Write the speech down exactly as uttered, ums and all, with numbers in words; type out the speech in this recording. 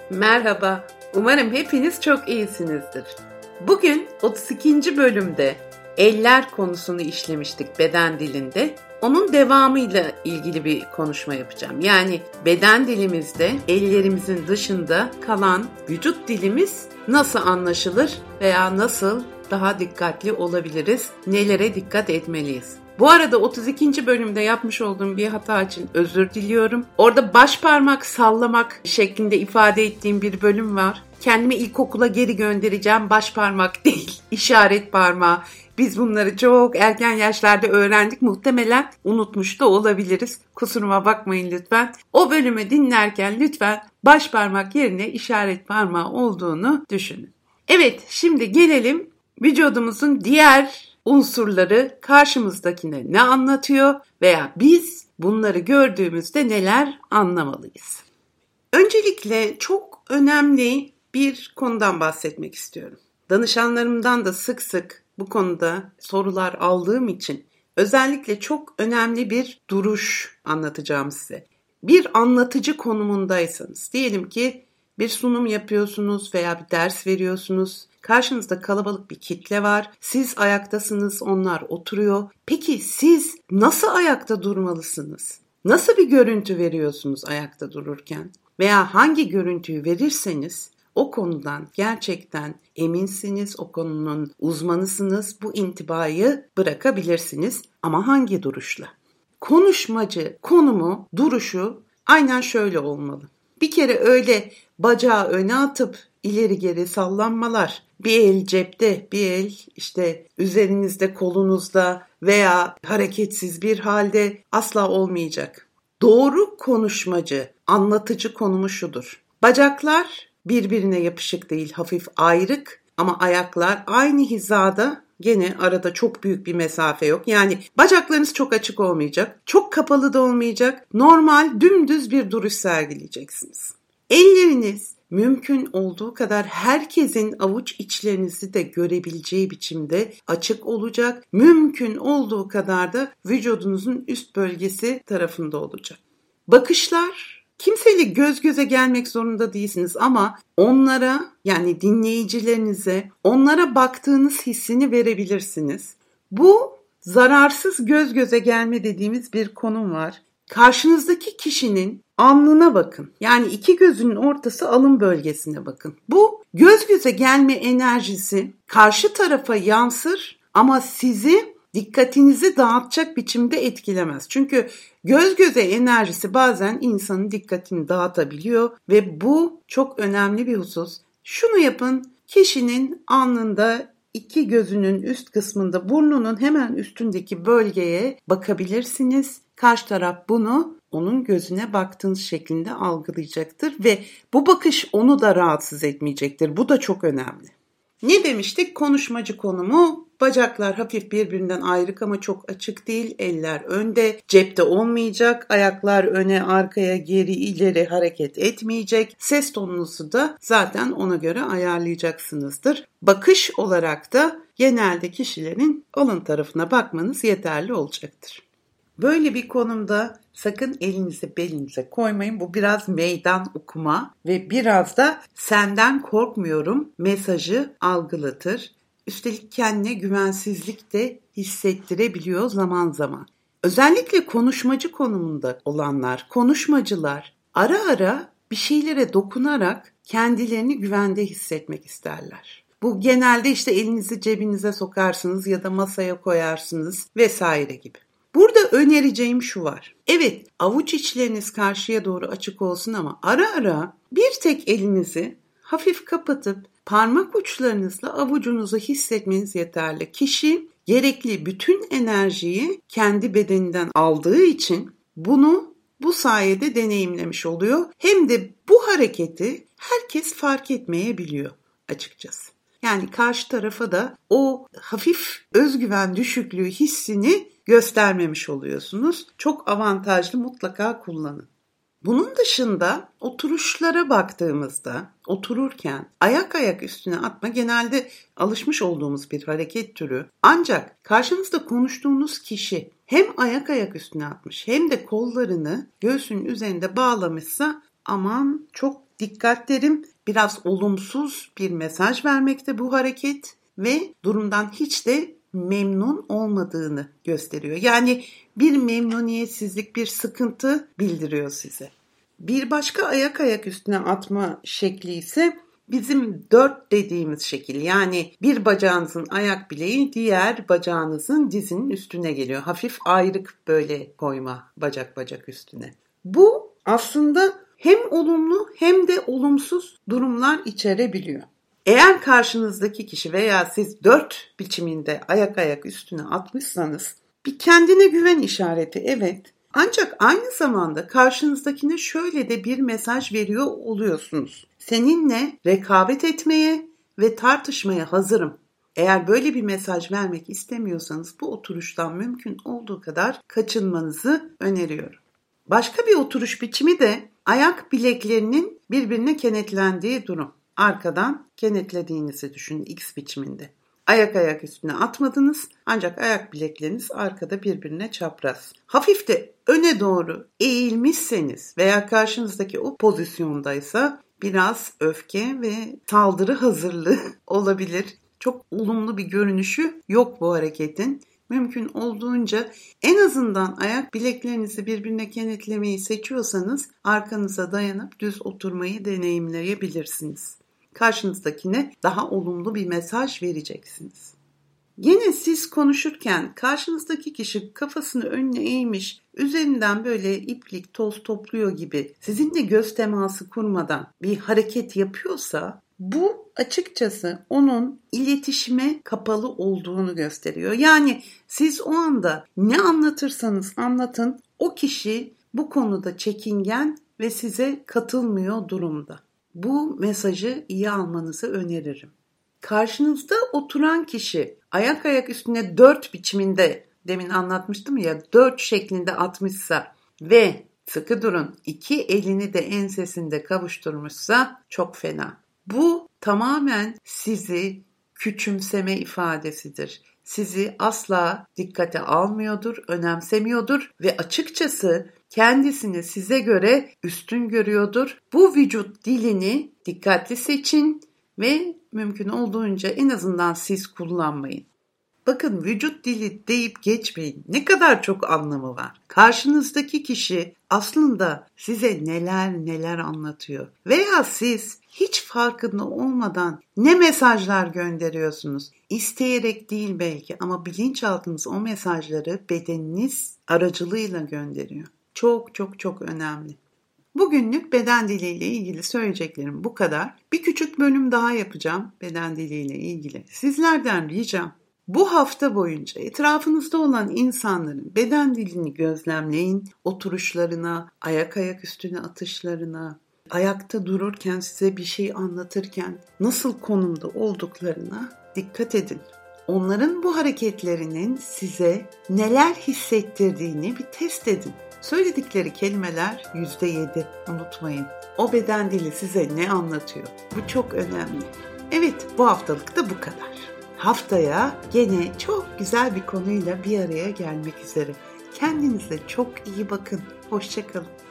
Merhaba, umarım hepiniz çok iyisinizdir. Bugün otuz ikinci bölümde eller konusunu işlemiştik beden dilinde. Onun devamıyla ilgili bir konuşma yapacağım. Yani beden dilimizde ellerimizin dışında kalan vücut dilimiz nasıl anlaşılır veya nasıl daha dikkatli olabiliriz, nelere dikkat etmeliyiz? Bu arada otuz ikinci bölümde yapmış olduğum bir hata için özür diliyorum. Orada baş parmak sallamak şeklinde ifade ettiğim bir bölüm var. Kendimi ilkokula geri göndereceğim, baş parmak değil, işaret parmağı. Biz bunları çok erken yaşlarda öğrendik. Muhtemelen unutmuş da olabiliriz. Kusuruma bakmayın lütfen. O bölümü dinlerken lütfen baş parmak yerine işaret parmağı olduğunu düşünün. Evet, şimdi gelelim vücudumuzun diğer unsurları karşımızdakine ne anlatıyor veya biz bunları gördüğümüzde neler anlamalıyız? Öncelikle çok önemli bir konudan bahsetmek istiyorum. Danışanlarımdan da sık sık bu konuda sorular aldığım için özellikle çok önemli bir duruş anlatacağım size. Bir anlatıcı konumundaysanız, diyelim ki bir sunum yapıyorsunuz veya bir ders veriyorsunuz. Karşınızda kalabalık bir kitle var. Siz ayaktasınız, onlar oturuyor. Peki siz nasıl ayakta durmalısınız? Nasıl bir görüntü veriyorsunuz ayakta dururken? Veya hangi görüntüyü verirseniz o konudan gerçekten eminsiniz, o konunun uzmanısınız, bu intibayı bırakabilirsiniz. Ama hangi duruşla? Konuşmacı konumu, duruşu aynen şöyle olmalı. Bir kere öyle bacağı öne atıp ileri geri sallanmalar, bir el cepte, bir el işte üzerinizde, kolunuzda veya hareketsiz bir halde asla olmayacak. Doğru konuşmacı, anlatıcı konumu şudur. Bacaklar birbirine yapışık değil, hafif ayrık ama ayaklar aynı hizada. Gene arada çok büyük bir mesafe yok. Yani bacaklarınız çok açık olmayacak, çok kapalı da olmayacak. Normal, dümdüz bir duruş sergileyeceksiniz. Elleriniz mümkün olduğu kadar herkesin avuç içlerinizi de görebileceği biçimde açık olacak. Mümkün olduğu kadar da vücudunuzun üst bölgesi tarafında olacak. Bakışlar, kimseyle göz göze gelmek zorunda değilsiniz ama onlara, yani dinleyicilerinize onlara baktığınız hissini verebilirsiniz. Bu zararsız göz göze gelme dediğimiz bir konum var. Karşınızdaki kişinin alnına bakın. Yani iki gözünün ortası alın bölgesine bakın. Bu göz göze gelme enerjisi karşı tarafa yansır ama sizi dikkatinizi dağıtacak biçimde etkilemez. Çünkü göz göze enerjisi bazen insanın dikkatini dağıtabiliyor ve bu çok önemli bir husus. Şunu yapın, kişinin alnında iki gözünün üst kısmında, burnunun hemen üstündeki bölgeye bakabilirsiniz. Karşı taraf bunu onun gözüne baktığınız şeklinde algılayacaktır ve bu bakış onu da rahatsız etmeyecektir. Bu da çok önemli. Ne demiştik? Konuşmacı konumu, bacaklar hafif birbirinden ayrık ama çok açık değil. Eller önde, cepte olmayacak. Ayaklar öne, arkaya, geri, ileri hareket etmeyecek. Ses tonunuzu da zaten ona göre ayarlayacaksınızdır. Bakış olarak da genelde kişilerin alın tarafına bakmanız yeterli olacaktır. Böyle bir konumda sakın elinizi belinize koymayın. Bu biraz meydan okuma ve biraz da senden korkmuyorum mesajı algılatır. Üstelik kendine güvensizlik de hissettirebiliyor zaman zaman. Özellikle konuşmacı konumunda olanlar, konuşmacılar ara ara bir şeylere dokunarak kendilerini güvende hissetmek isterler. Bu genelde işte elinizi cebinize sokarsınız ya da masaya koyarsınız vesaire gibi. Burada önereceğim şu var. Evet, avuç içleriniz karşıya doğru açık olsun ama ara ara bir tek elinizi hafif kapatıp parmak uçlarınızla avucunuzu hissetmeniz yeterli. Kişi gerekli bütün enerjiyi kendi bedeninden aldığı için bunu bu sayede deneyimlemiş oluyor. Hem de bu hareketi herkes fark etmeyebiliyor açıkçası. Yani karşı tarafa da o hafif özgüven düşüklüğü hissini göstermemiş oluyorsunuz. Çok avantajlı, mutlaka kullanın. Bunun dışında oturuşlara baktığımızda otururken ayak ayak üstüne atma genelde alışmış olduğumuz bir hareket türü. Ancak karşınızda konuştuğunuz kişi hem ayak ayak üstüne atmış hem de kollarını göğsünün üzerinde bağlamışsa aman çok Dikkatlerim biraz olumsuz bir mesaj vermekte bu hareket ve durumdan hiç de memnun olmadığını gösteriyor. Yani bir memnuniyetsizlik, bir sıkıntı bildiriyor size. Bir başka ayak ayak üstüne atma şekli ise bizim dört dediğimiz şekil. Yani bir bacağınızın ayak bileği diğer bacağınızın dizinin üstüne geliyor. Hafif ayrık böyle koyma bacak bacak üstüne. Bu aslında hem olumlu hem de olumsuz durumlar içerebiliyor. Eğer karşınızdaki kişi veya siz dört biçiminde ayak ayak üstüne atmışsanız bir kendine güven işareti, evet. Ancak aynı zamanda karşınızdakine şöyle de bir mesaj veriyor oluyorsunuz. Seninle rekabet etmeye ve tartışmaya hazırım. Eğer böyle bir mesaj vermek istemiyorsanız bu oturuştan mümkün olduğu kadar kaçınmanızı öneriyorum. Başka bir oturuş biçimi de ayak bileklerinin birbirine kenetlendiği durum. Arkadan kenetlediğinizi düşünün X biçiminde. Ayak ayak üstüne atmadınız ancak ayak bilekleriniz arkada birbirine çapraz. Hafif de öne doğru eğilmişseniz veya karşınızdaki o pozisyondaysa biraz öfke ve saldırı hazırlığı olabilir. Çok olumlu bir görünüşü yok bu hareketin. Mümkün olduğunca en azından ayak bileklerinizi birbirine kenetlemeyi seçiyorsanız arkanıza dayanıp düz oturmayı deneyimleyebilirsiniz. Karşınızdakine daha olumlu bir mesaj vereceksiniz. Yine siz konuşurken karşınızdaki kişi kafasını önüne eğmiş, üzerinden böyle iplik toz topluyor gibi sizinle göz teması kurmadan bir hareket yapıyorsa bu açıkçası onun iletişime kapalı olduğunu gösteriyor. Yani siz o anda ne anlatırsanız anlatın o kişi bu konuda çekingen ve size katılmıyor durumda. Bu mesajı iyi almanızı öneririm. Karşınızda oturan kişi ayak ayak üstüne dört biçiminde, demin anlatmıştım ya, dört şeklinde atmışsa ve sıkı durun iki elini de ensesinde kavuşturmuşsa çok fena. Bu tamamen sizi küçümseme ifadesidir. Sizi asla dikkate almıyordur, önemsemiyordur ve açıkçası kendisini size göre üstün görüyordur. Bu vücut dilini dikkatli seçin ve mümkün olduğunca en azından siz kullanmayın. Bakın vücut dili deyip geçmeyin. Ne kadar çok anlamı var. Karşınızdaki kişi aslında size neler neler anlatıyor. Veya siz hiç farkında olmadan ne mesajlar gönderiyorsunuz. İsteyerek değil belki ama bilinçaltınız o mesajları bedeniniz aracılığıyla gönderiyor. Çok çok çok önemli. Bugünlük beden diliyle ilgili söyleyeceklerim bu kadar. Bir küçük bölüm daha yapacağım beden diliyle ilgili. Sizlerden ricam bu hafta boyunca etrafınızda olan insanların beden dilini gözlemleyin. Oturuşlarına, ayak ayak üstüne atışlarına, ayakta dururken size bir şey anlatırken nasıl konumda olduklarına dikkat edin. Onların bu hareketlerinin size neler hissettirdiğini bir test edin. Söyledikleri kelimeler yüzde yedi, unutmayın. O beden dili size ne anlatıyor? Bu çok önemli. Evet, bu haftalık da bu kadar. Haftaya gene çok güzel bir konuyla bir araya gelmek üzere. Kendinize çok iyi bakın. Hoşça kalın.